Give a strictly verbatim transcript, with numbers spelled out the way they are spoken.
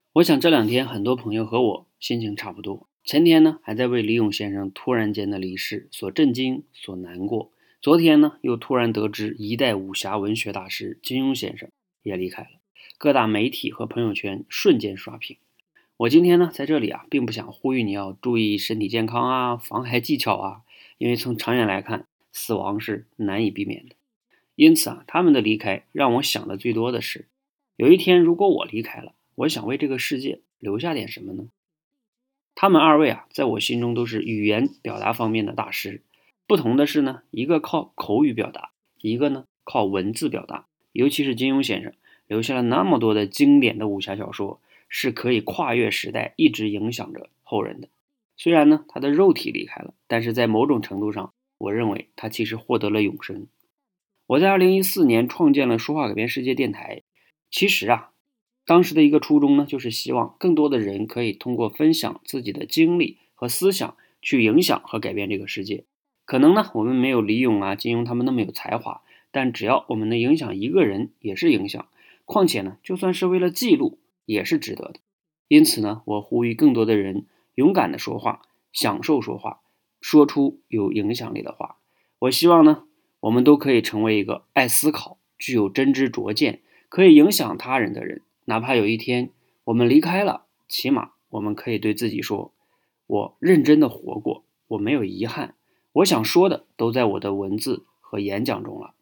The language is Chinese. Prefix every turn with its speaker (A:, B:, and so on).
A: 我想这两天很多朋友和我心情差不多。前天呢，还在为李咏先生突然间的离世所震惊、所难过。昨天呢，又突然得知一代武侠文学大师金庸先生也离开了。各大媒体和朋友圈瞬间刷屏。我今天呢，在这里啊，并不想呼吁你要注意身体健康啊、防癌技巧啊，因为从长远来看，死亡是难以避免的。因此啊，他们的离开让我想的最多的是，有一天如果我离开了，我想为这个世界留下点什么呢？他们二位啊，在我心中都是语言表达方面的大师。不同的是呢，一个靠口语表达，一个呢靠文字表达。尤其是金庸先生留下了那么多的经典的武侠小说，是可以跨越时代，一直影响着后人的。虽然呢，他的肉体离开了，但是在某种程度上，我认为他其实获得了永生。我在二零一四年创建了说话改变世界电台。其实啊，当时的一个初衷呢，就是希望更多的人可以通过分享自己的经历和思想，去影响和改变这个世界。可能呢，我们没有李咏啊、金庸他们那么有才华，但只要我们能影响一个人，也是影响。况且呢，就算是为了记录，也是值得的。因此呢，我呼吁更多的人勇敢的说话，享受说话，说出有影响力的话。我希望呢，我们都可以成为一个爱思考、具有真知灼见、可以影响他人的人。哪怕有一天我们离开了，起码我们可以对自己说：我认真的活过，我没有遗憾，我想说的都在我的文字和演讲中了。